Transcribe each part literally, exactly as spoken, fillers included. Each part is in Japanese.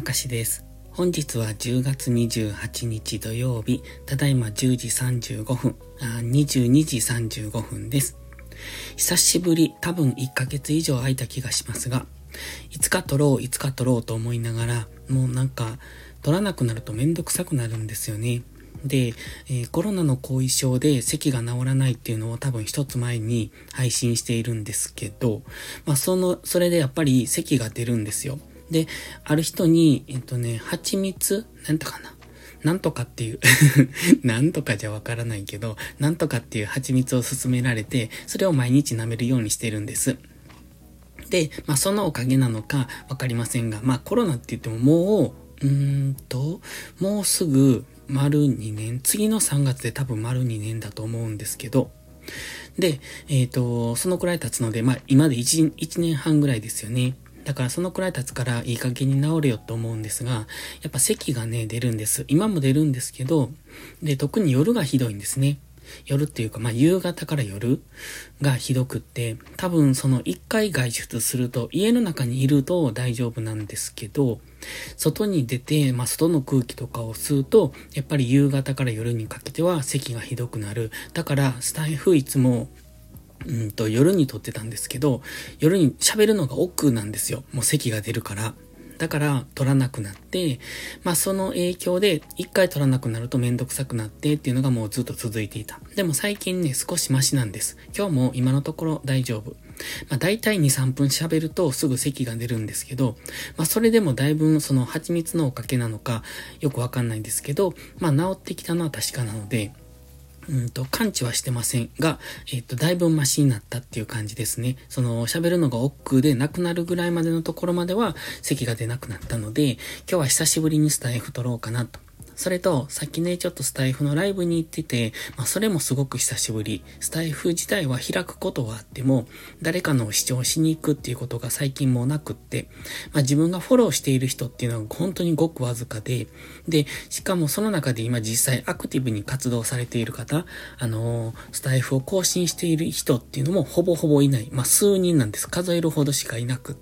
かしです。本日はじゅうがつにじゅうはちにち土曜日、ただいまじゅうじさんじゅうごふん、あ、にじゅうにじさんじゅうごふんです。久しぶり、多分いっかげつ以上空いた気がしますが、いつか撮ろう、いつか撮ろうと思いながら、もうなんか、撮らなくなるとめんどくさくなるんですよね。で、えー、コロナの後遺症で咳が治らないっていうのを多分一つ前に配信しているんですけど、まあその、それでやっぱり咳が出るんですよ。で、ある人に、えっとね、蜂蜜なんとかななんとかっていうなんとかじゃわからないけど、なんとかっていう蜂蜜を勧められて、それを毎日舐めるようにしてるんです。で、まあそのおかげなのかわかりませんが、まあコロナって言ってももう、うーんと、もうすぐ丸にねん、次のさんがつで多分丸にねんだと思うんですけど、で、えっと、そのくらい経つので、まあ今で 1, いちねんはんぐらいですよね。だからそのくらい経つからいい加減に治れよと思うんですが、やっぱ咳がね、出るんです。今も出るんですけど、で、特に夜がひどいんですね。夜っていうか、まあ、夕方から夜がひどくって、多分その一回外出すると、家の中にいると大丈夫なんですけど、外に出て、まあ、外の空気とかを吸うと、やっぱり夕方から夜にかけては咳がひどくなる。だから、スタイフいつも、うんと、夜に撮ってたんですけど、夜に喋るのが億劫なんですよ。もう咳が出るから。だから撮らなくなって、まあその影響で一回撮らなくなるとめんどくさくなってっていうのがもうずっと続いていた。でも最近ね、少しマシなんです。今日も今のところ大丈夫。まあ大体に、さんぷん喋るとすぐ咳が出るんですけど、まあそれでもだいぶその蜂蜜のおかげなのかよくわかんないんですけど、まあ治ってきたのは確かなので、うんと、完治はしてませんが、えっと、だいぶマシになったっていう感じですね。その、喋るのが億劫でなくなるぐらいまでのところまでは、咳が出なくなったので、今日は久しぶりにスタイフ撮ろうかなと。それと、さっきね、ちょっとスタイフのライブに行ってて、まあ、それもすごく久しぶり。スタイフ自体は開くことはあっても、誰かのを視聴しに行くっていうことが最近もうなくって、まあ、自分がフォローしている人っていうのは本当にごくわずかで、で、しかもその中で今実際アクティブに活動されている方、あのー、スタイフを更新している人っていうのもほぼほぼいない。まあ、数人なんです。数えるほどしかいなくって、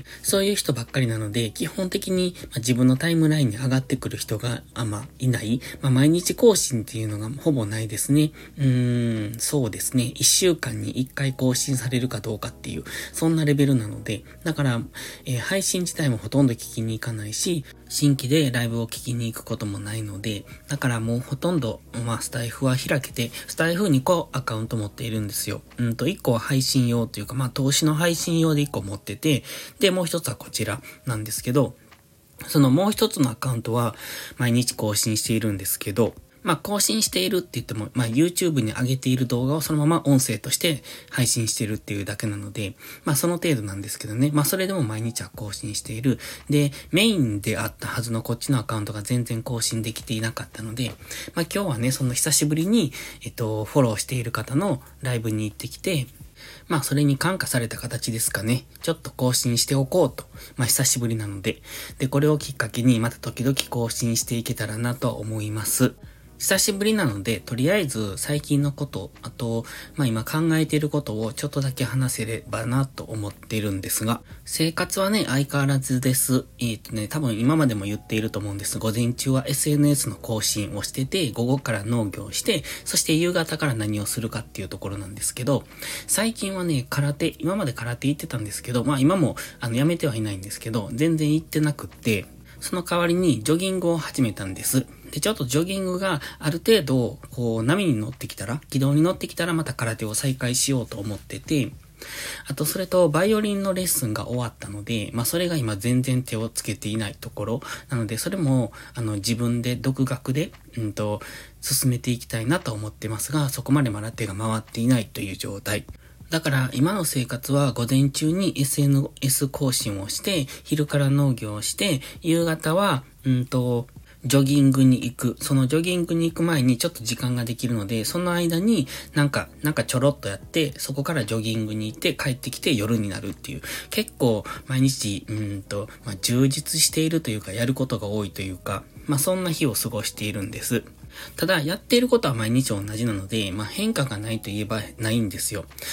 そういう人ばっかりなので、基本的に、まあ、自分のタイムラインに上がってくる人が、あ、まあ、いない。まあ、毎日更新っていうのがほぼないですね。うーん、そうですね。一週間に一回更新されるかどうかっていう、そんなレベルなので、だから、えー、配信自体もほとんど聞きに行かないし、新規でライブを聞きに行くこともないので、だからもうほとんど、まあ、スタイフは開けて、スタイフにこアカウント持っているんですよ。うんと、いっこは配信用というか、まあ、投資の配信用でいっこ持ってて、で、もう一つはこちらなんですけど、そのもう一つのアカウントは毎日更新しているんですけど、まあ更新しているって言っても、まあ YouTube に上げている動画をそのまま音声として配信しているっていうだけなので、まあその程度なんですけどね。まあそれでも毎日は更新している。で、メインであったはずのこっちのアカウントが全然更新できていなかったので、まあ今日はね、その久しぶりに、えっと、フォローしている方のライブに行ってきて、まあそれに感化された形ですかね。ちょっと更新しておこうと。まあ久しぶりなので。で、これをきっかけにまた時々更新していけたらなと思います。久しぶりなので、とりあえず最近のこと、あと、まあ今考えていることをちょっとだけ話せればなと思っているんですが、生活はね、相変わらずです。えっとね、多分今までも言っていると思うんです。午前中は エスエヌエス の更新をしてて、午後から農業をして、そして夕方から何をするかっていうところなんですけど、最近はね、空手、今まで空手行ってたんですけど、まあ今もあのやめてはいないんですけど、全然行ってなくって、その代わりにジョギングを始めたんです。で、ちょっとジョギングがある程度、こう、波に乗ってきたら、軌道に乗ってきたらまた空手を再開しようと思ってて、あと、それと、バイオリンのレッスンが終わったので、まあ、それが今全然手をつけていないところ。なので、それも、あの、自分で独学で、うんと、進めていきたいなと思ってますが、そこまでまだ手が回っていないという状態。だから今の生活は午前中に エスエヌエス 更新をして、昼から農業をして、夕方は、うんと、ジョギングに行く。そのジョギングに行く前にちょっと時間ができるので、その間になんか、なんかちょろっとやって、そこからジョギングに行って帰ってきて夜になるっていう、結構毎日、うんと、まあ、充実しているというか、やることが多いというか、まあそんな日を過ごしているんです。ただ、やっていることは毎日同じなので、まあ変化がないと言えばないんですよ。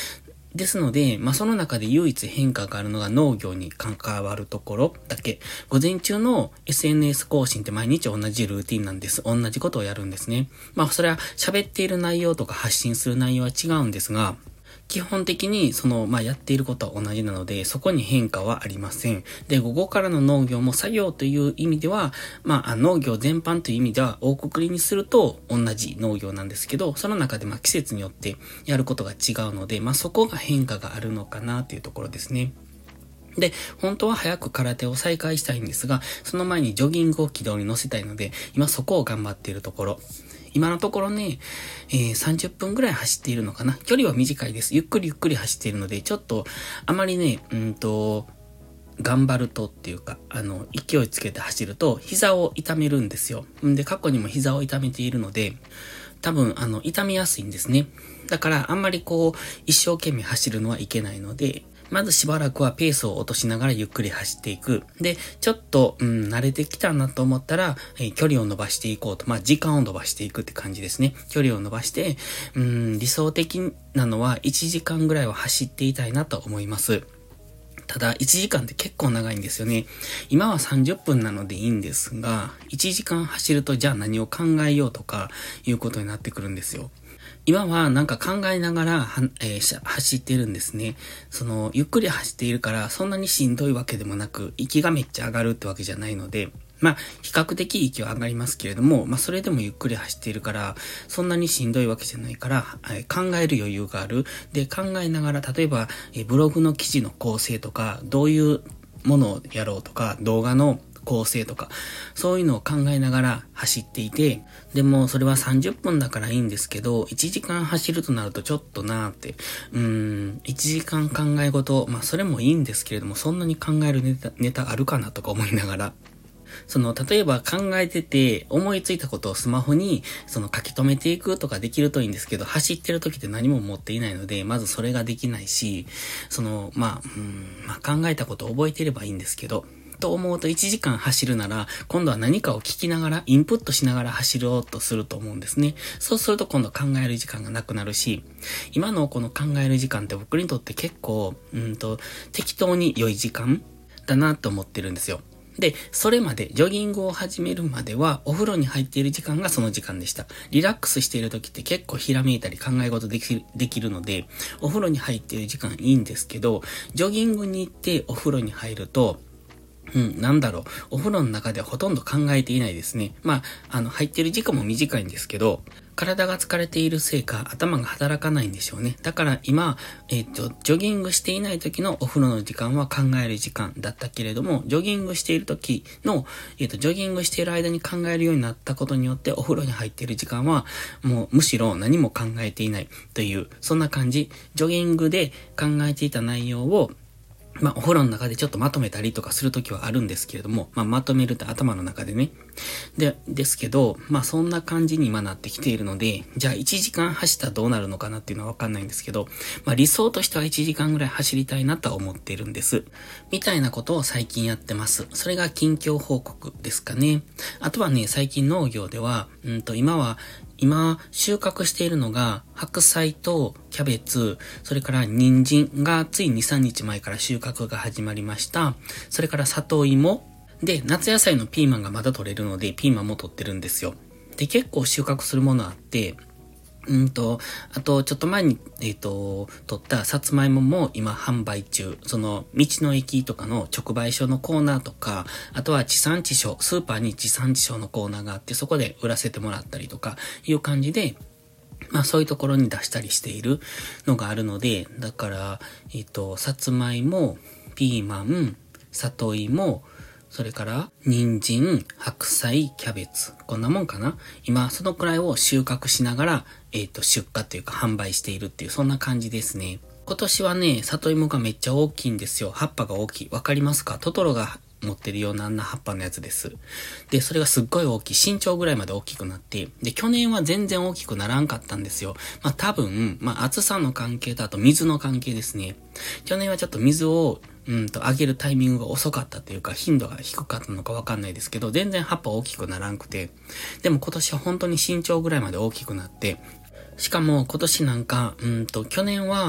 ですので、まあ、その中で唯一変化があるのが農業に関わるところだけ。午前中の エスエヌエス 更新って毎日同じルーティンなんです。同じことをやるんですね。まあ、それは喋っている内容とか発信する内容は違うんですが、基本的にその、まあ、やっていることは同じなので、そこに変化はありません。で、午後からの農業も作業という意味では、まあ、農業全般という意味では、大くくりにすると同じ農業なんですけど、その中でまあ季節によってやることが違うので、まあ、そこが変化があるのかなというところですね。で、本当は早く空手を再開したいんですが、その前にジョギングを軌道に乗せたいので、今そこを頑張っているところ。今のところね、えー、さんじゅっぷんぐらい走っているのかな。距離は短いです。ゆっくりゆっくり走っているので、ちょっと、あまりね、うんと、頑張るとっていうか、あの、勢いつけて走ると、膝を痛めるんですよ。んで、過去にも膝を痛めているので、多分、あの、痛みやすいんですね。だから、あんまりこう、一生懸命走るのはいけないので、まずしばらくはペースを落としながらゆっくり走っていく。で、ちょっと、うん、慣れてきたなと思ったら、えー、距離を伸ばしていこうと。まあ、時間を伸ばしていくって感じですね。距離を伸ばして、うん、理想的なのはいちじかんぐらいは走っていたいなと思います。ただ、いちじかんって結構長いんですよね。今はさんじゅっぷんなのでいいんですが、いちじかん走るとじゃあ何を考えようとかいうことになってくるんですよ。今はなんか考えながら、えー、走ってるんですね。その、ゆっくり走っているから、そんなにしんどいわけでもなく、息がめっちゃ上がるってわけじゃないので、まあ、比較的息は上がりますけれども、まあ、それでもゆっくり走っているから、そんなにしんどいわけじゃないから、えー、考える余裕がある。で、考えながら、例えば、えー、ブログの記事の構成とか、どういうものをやろうとか、動画の構成とか、そういうのを考えながら走っていて、でもそれはさんじゅっぷんだからいいんですけど、いちじかん走るとなるとちょっとなーって、うーん、いちじかん考え事、まあそれもいいんですけれども、そんなに考えるネタ、ネタあるかなとか思いながら、その、例えば考えてて、思いついたことをスマホに、その書き留めていくとかできるといいんですけど、走ってる時って何も持っていないので、まずそれができないし、その、まあ、うーん、まあ考えたことを覚えてればいいんですけど、と思うといちじかん走るなら、今度は何かを聞きながら、インプットしながら走ろうとすると思うんですね。そうすると今度考える時間がなくなるし、今のこの考える時間って僕にとって結構、うんと、適当に良い時間だなと思ってるんですよ。で、それまで、ジョギングを始めるまでは、お風呂に入っている時間がその時間でした。リラックスしている時って結構ひらめいたり考え事できる、できるので、お風呂に入っている時間いいんですけど、ジョギングに行ってお風呂に入ると、うん、なんだろう。お風呂の中ではほとんど考えていないですね。まあ、あの、入ってる時間も短いんですけど、体が疲れているせいか、頭が働かないんでしょうね。だから今、えっと、ジョギングしていない時のお風呂の時間は考える時間だったけれども、ジョギングしている時の、えっと、ジョギングしている間に考えるようになったことによって、お風呂に入っている時間は、もうむしろ何も考えていないという、そんな感じ。ジョギングで考えていた内容を、まあ、お風呂の中でちょっとまとめたりとかするときはあるんですけれども、まあ、まとめるって頭の中でね。で、ですけど、まあ、そんな感じに今なってきているので、じゃあいちじかん走ったらどうなるのかなっていうのはわかんないんですけど、まあ、理想としてはいちじかんぐらい走りたいなとは思っているんです。みたいなことを最近やってます。それが近況報告ですかね。あとはね、最近農業では、うんと、今は、今、収穫しているのが、白菜とキャベツ、それから人参がついに、さんにちまえから収穫が始まりました。それから里芋。で、夏野菜のピーマンがまだ取れるので、ピーマンも取ってるんですよ。で、結構収穫するものあって、うんと、あと、ちょっと前に、えっと、取ったさつまいもも今販売中。その、道の駅とかの直売所のコーナーとか、あとは地産地消、スーパーに地産地消のコーナーがあって、そこで売らせてもらったりとか、いう感じで、まあそういうところに出したりしているのがあるので、だから、えっと、さつまいも、ピーマン、里芋、それから、人参、白菜、キャベツ。こんなもんかな。今、そのくらいを収穫しながら、えっと、出荷というか販売しているっていう、そんな感じですね。今年はね、里芋がめっちゃ大きいんですよ。葉っぱが大きい。わかりますか？トトロが持ってるようなあんな葉っぱのやつです。で、それがすっごい大きい。身長ぐらいまで大きくなって、で、去年は全然大きくならんかったんですよ。まあ多分、まあ暑さの関係とあと水の関係ですね。去年はちょっと水を、うんと、上げるタイミングが遅かったというか、頻度が低かったのかわかんないですけど、全然葉っぱ大きくならんくて、でも今年は本当に身長ぐらいまで大きくなって、しかも今年なんか、うんと、去年は、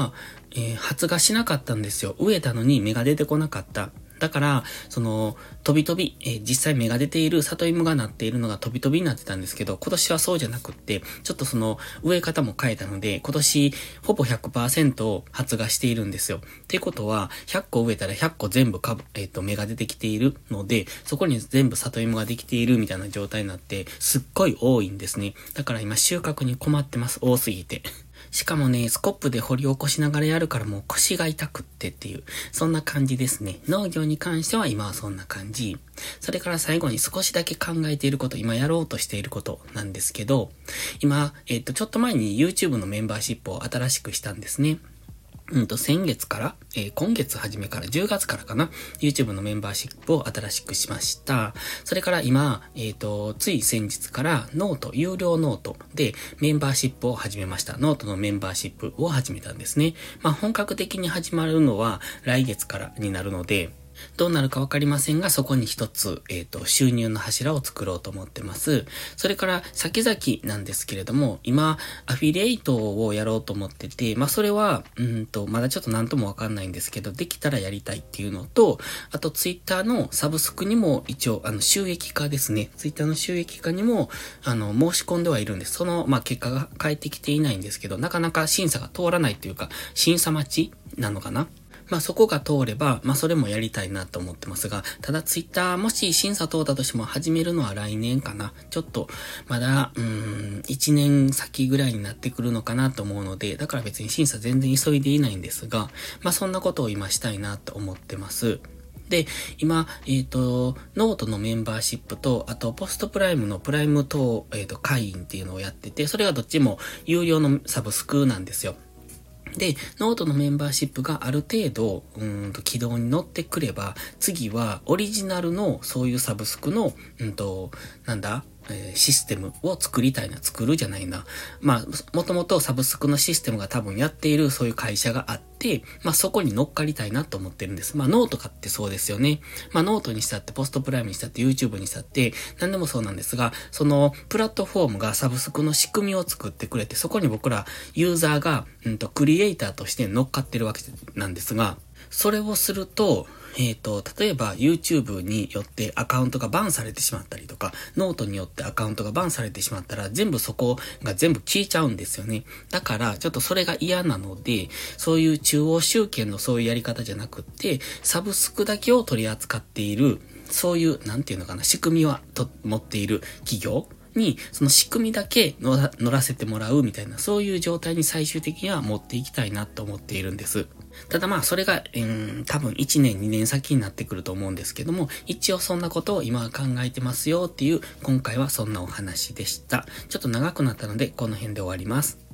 えー、発芽しなかったんですよ。植えたのに芽が出てこなかった。だから、その、飛び飛び、えー、実際芽が出ている里芋がなっているのが飛び飛びになってたんですけど、今年はそうじゃなくって、ちょっとその、植え方も変えたので、今年、ほぼ ひゃくパーセント 発芽しているんですよ。ってことは、ひゃっこ植えたらひゃっこ全部か、えっと、芽が出てきているので、そこに全部里芋ができているみたいな状態になって、すっごい多いんですね。だから今収穫に困ってます。多すぎて。しかもね、スコップで掘り起こしながらやるからもう腰が痛くってっていう、そんな感じですね。農業に関しては今はそんな感じ。それから最後に少しだけ考えていること、今やろうとしていることなんですけど、今、えっと、ちょっと前に YouTube のメンバーシップを新しくしたんですね。うんと、先月から、えー、今月初めから、じゅうがつからかな、YouTube のメンバーシップを新しくしました。それから今、えっと、つい先日からノート、有料ノートでメンバーシップを始めました。ノートのメンバーシップを始めたんですね。まあ、本格的に始まるのは来月からになるので、どうなるかわかりませんが、そこに一つ、えっと、収入の柱を作ろうと思ってます。それから、先々なんですけれども、今、アフィリエイトをやろうと思ってて、まあ、それは、うんと、まだちょっとなんともわかんないんですけど、できたらやりたいっていうのと、あと、ツイッターのサブスクにも、一応、あの、収益化ですね。ツイッターの収益化にも、あの、申し込んではいるんです。その、まあ、結果が返ってきていないんですけど、なかなか審査が通らないというか、審査待ちなのかな。まあそこが通れば、まあそれもやりたいなと思ってますが、ただツイッターもし審査通ったとしても始めるのは来年かな。ちょっと、まだ、うーん、いちねん先ぐらいになってくるのかなと思うので、だから別に審査全然急いでいないんですが、まあそんなことを今したいなと思ってます。で、今、えっと、ノートのメンバーシップと、あと、ポストプライムのプライム等、えっと、会員っていうのをやってて、それがどっちも有料のサブスクなんですよ。で、ノートのメンバーシップがある程度、うーんと、軌道に乗ってくれば、次はオリジナルのそういうサブスクの、うんと、なんだえー、システムを作りたいな、作るじゃないな。まあ、もともとサブスクのシステムが多分やっているそういう会社があって、まあそこに乗っかりたいなと思ってるんです。まあノートかってそうですよね。まあノートにしたって、ポストプライムにしたって、YouTube にしたって、何でもそうなんですが、そのプラットフォームがサブスクの仕組みを作ってくれて、そこに僕らユーザーが、うんと、クリエイターとして乗っかってるわけなんですが、それをすると、えっと、例えば YouTube によってアカウントがバンされてしまったりとか、ノートによってアカウントがバンされてしまったら、全部そこが全部消えちゃうんですよね。だから、ちょっとそれが嫌なので、そういう中央集権のそういうやり方じゃなくって、サブスクだけを取り扱っている、そういう、なんていうのかな、仕組みはと持っている企業に、その仕組みだけ乗ら、乗らせてもらうみたいな、そういう状態に最終的には持っていきたいなと思っているんです。ただまあそれが、えー、多分いちねんにねん先になってくると思うんですけども、一応そんなことを今は考えてますよっていう、今回はそんなお話でした。ちょっと長くなったのでこの辺で終わります。